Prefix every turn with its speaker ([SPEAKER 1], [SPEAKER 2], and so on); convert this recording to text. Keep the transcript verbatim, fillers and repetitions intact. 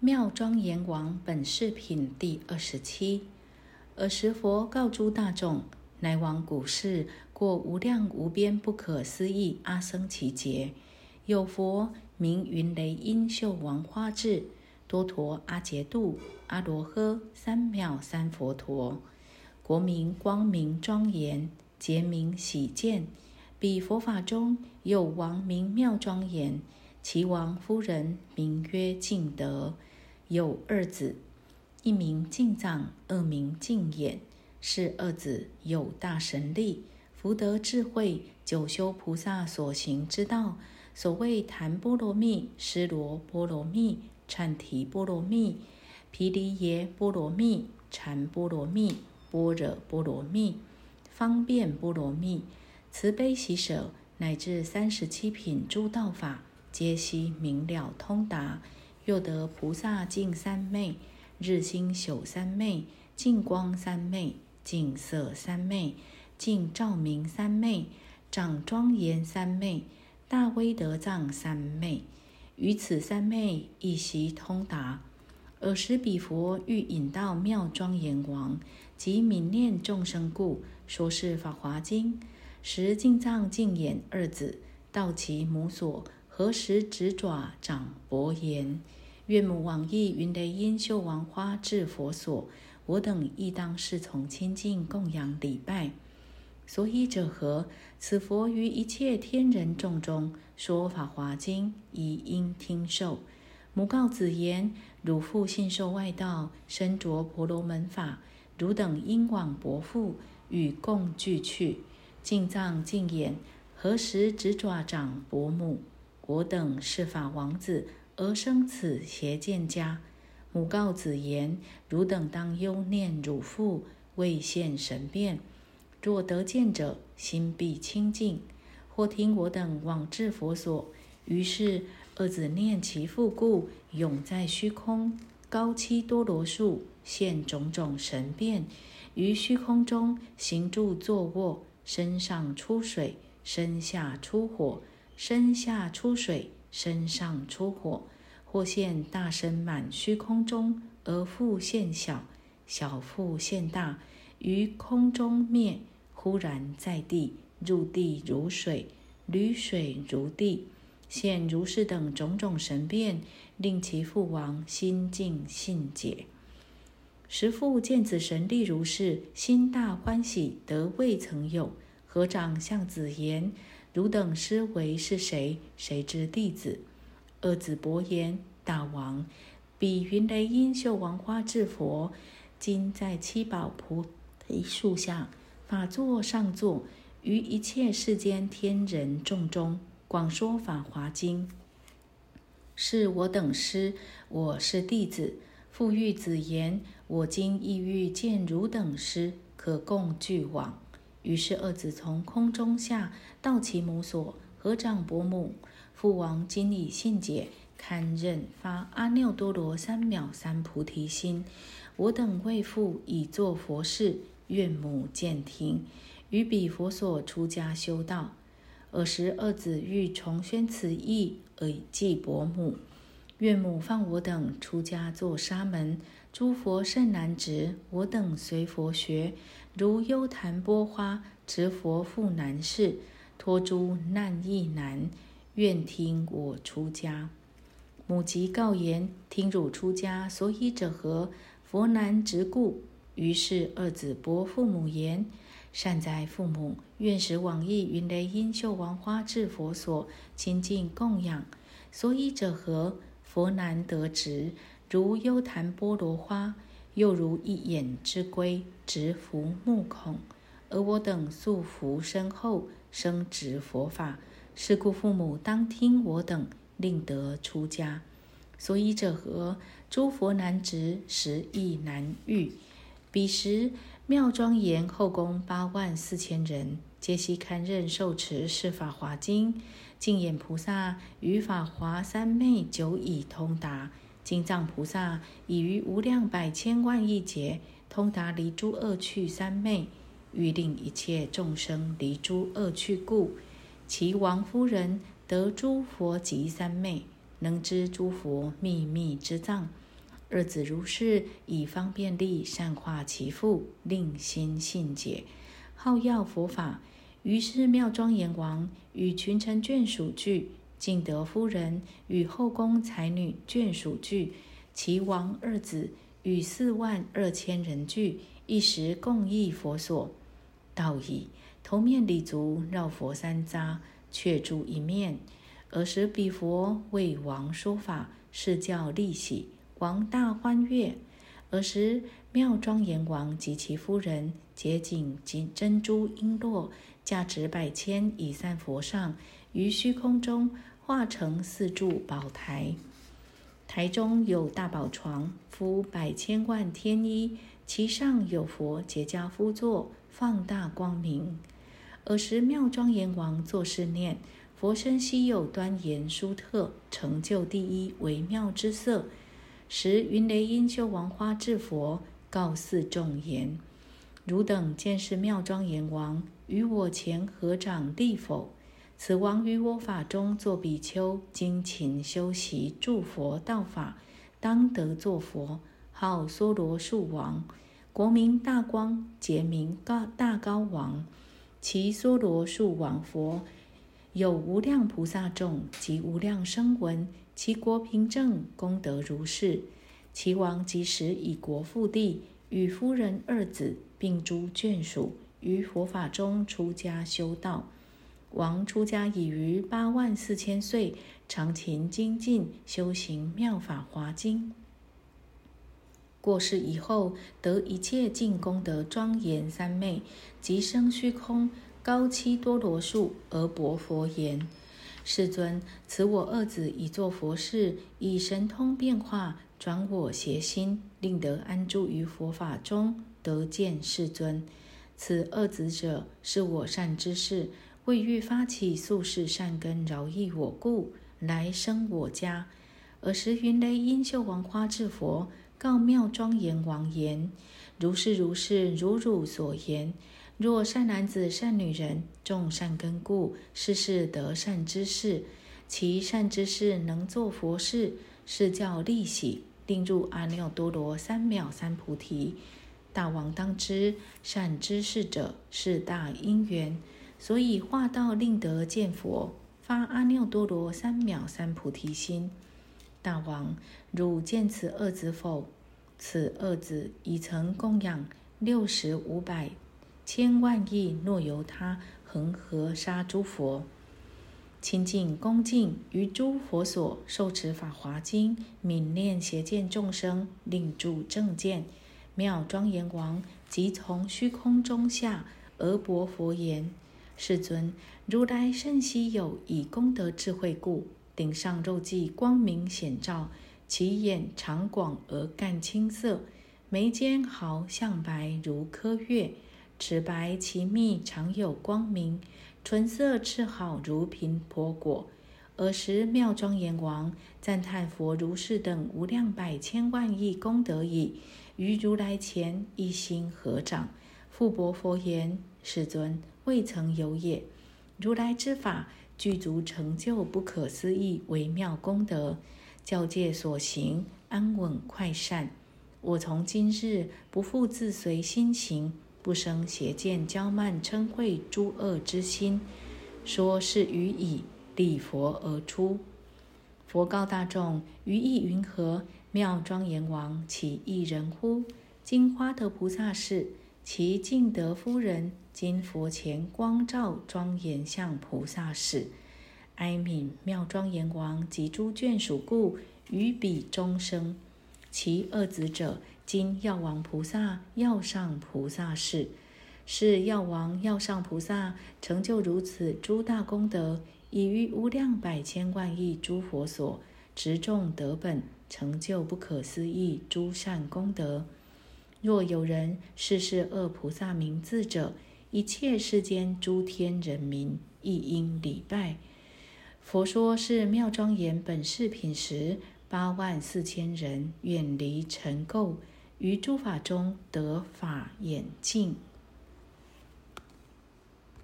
[SPEAKER 1] 妙庄严王本事品第二十七。尔时佛告诸大众：乃往古世过无量无边不可思议阿僧祇劫，有佛名云雷音秀王花智多陀阿竭度阿罗诃三藐三佛陀，国名光明庄严，劫名喜见。彼佛法中有王名妙庄严，其王夫人名曰净德，有二子，一名净藏，二名净眼。是二子有大神力，福德智慧，久修菩萨所行之道，所谓檀波罗蜜、尸罗波罗蜜、忏提波罗蜜、毗梨耶波罗蜜、禅波罗蜜、般若波罗蜜、方便波罗蜜、慈悲喜舍，乃至三十七品诸道法，皆悉明了通达。又得菩萨净三昧、日心宿三昧、净光三昧、净色三昧、净照明三昧、长庄严三昧、大威德藏三昧，于此三昧一悉通达。尔时彼佛欲引导妙庄严王，及悯念众生故，说是法华经。时净藏净眼二子到其母所，合十指爪长薄言：愿母往诣云雷音秀王花智佛所，我等亦当侍从亲近供养礼拜。所以者何？此佛于一切天人众中说法华经，以应听受。母告子言：汝复信受外道，身着婆罗门法，汝等应往伯父，与共俱去。净藏净眼，何时指爪长伯母？我等是法王子，而生此邪见家。母告子言：汝等当忧念汝父，未现神变。若得见者，心必清净。或听我等往至佛所，于是二子念其父故，永在虚空，高七多罗树，现种种神变。于虚空中行住坐卧，身上出水，身下出火，身下出水，身上出火。或现大身满虚空中，而复现小，小复现大，于空中灭，忽然在地，入地如水，履水如地，现如是等种种神变，令其父王心净信解。时父见此神力如是，心大欢喜，得未曾有。合掌向子言：汝等师为是谁？谁之弟子？二子伯言：大王，彼云雷音秀王花智佛，今在七宝菩提树下，法座上座，于一切世间天人众中，广说法华经。是我等师，我是弟子。复欲子言：我今意欲见汝等师，可共俱往。于是二子从空中下，到其母所，合掌伯母。父王今已信解，堪任发阿耨多罗三藐三菩提心。我等为父已作佛事，愿母见听。于彼佛所出家修道。尔时二子欲重宣此意，而祭伯母。愿母放我等出家作沙门，诸佛甚难值，我等随佛学。如优昙波花，持佛复难事，脱诸难亦难，愿听我出家。母即告言：听汝出家，所以者何？佛难值故。于是二子伯父母言：善哉父母，愿使往诣云雷音秀王花智佛所，亲近供养。所以者何？佛难得值，如优昙波罗花，又如一眼之龟，直伏目孔。而我等素福深厚，生执佛法，是故父母当听我等，令得出家。所以者何？诸佛难值，实亦难遇。彼时妙庄严后宫八万四千人，皆悉堪任受持是法华经。净眼菩萨于法华三昧久已通达，净藏菩萨已于无量百千万亿劫通达离诸恶趣三昧，欲令一切众生离诸恶趣故，其王夫人得诸佛及三昧，能知诸佛秘密之藏， 二子如是，以方便力善化其父，令心信解，好要佛法。于是妙庄严王与群臣眷属聚，敬德夫人与后宫才女眷属聚，其王二子与四万二千人聚，一时共诣佛所。到矣，头面礼足，绕佛三匝，却住一面。尔时彼佛为王说法，是教利喜，王大欢悦。尔时妙庄严王及其夫人结锦珍珠璎珞，价值百千，以散佛上，于虚空中化成四柱宝台。台中有大宝床，敷百千万天衣，其上有佛结跏趺坐，放大光明。尔时妙庄严王作是念：佛身稀有，端严殊特，成就第一微妙之色。时云雷音秀王花智佛告四众言：汝等见是妙庄严王于我前合掌立否？此王于我法中作比丘，精勤修习助佛道法，当得作佛，号娑罗树王，国名大光，节名大高王。其娑罗树王佛有无量菩萨众及无量声闻，其国平正，功德如是。其王即时以国复地，与夫人二子并诸眷属，于佛法中出家修道。王出家已于八万四千岁，常勤精进，修行妙法华经。过世以后，得一切尽功德庄严三昧，即生虚空，高七多罗树，而薄佛言：世尊，此我二子已作佛事，以神通变化，转我邪心，令得安住于佛法中，得见世尊。此二子者，是我善知识，为欲发起宿世善根，饶益我故，来生我家。尔时云雷音秀王花智佛告妙庄严王言：如是如是，如汝所言。若善男子善女人，种善根故，世世得善知识。其善知识能作佛事，是教利喜，令入阿耨多罗三藐三菩提。大王当知，善知识者是大因缘，所以化道令得见佛，发阿耨多罗三藐三菩提心。大王，汝见此二子否？此二子已曾供养六十五百千万亿若由他恒河沙诸佛，亲近恭敬于诸佛所，受持法华经，泯念邪见众生，令住正见。妙庄严王即从虚空中下，而薄佛言：世尊，如来甚稀有，以功德智慧故，顶上肉髻光明显照，其眼长广而干青色，眉间毫象白如柯月，齿白其密常有光明，唇色赤好如苹婆果。尔时妙庄严王赞叹佛如是等无量百千万亿功德已，于如来前一心合掌，复薄佛言：世尊，未曾有也。如来之法，具足成就不可思议微妙功德，教界所行，安稳快善。我从今日不复自随心行，不生邪见骄慢嗔恚诸恶之心，说是语已，礼佛而出。佛告大众：于意云何？妙庄严王其一人乎？今花德菩萨是，其净德夫人今佛前光照庄严相菩萨是。哀悯妙庄严王及诸眷属故，于彼终生。其二子者，今药王菩萨、药上菩萨是。是药王、药上菩萨成就如此诸大功德，已于无量百千万亿诸佛所，执众得本，成就不可思议诸善功德。若有人世世恶菩萨名字者，一切世间诸天人民亦应礼拜。佛说是妙庄严本事品时，八万四千人远离尘垢，于诸法中得法眼净。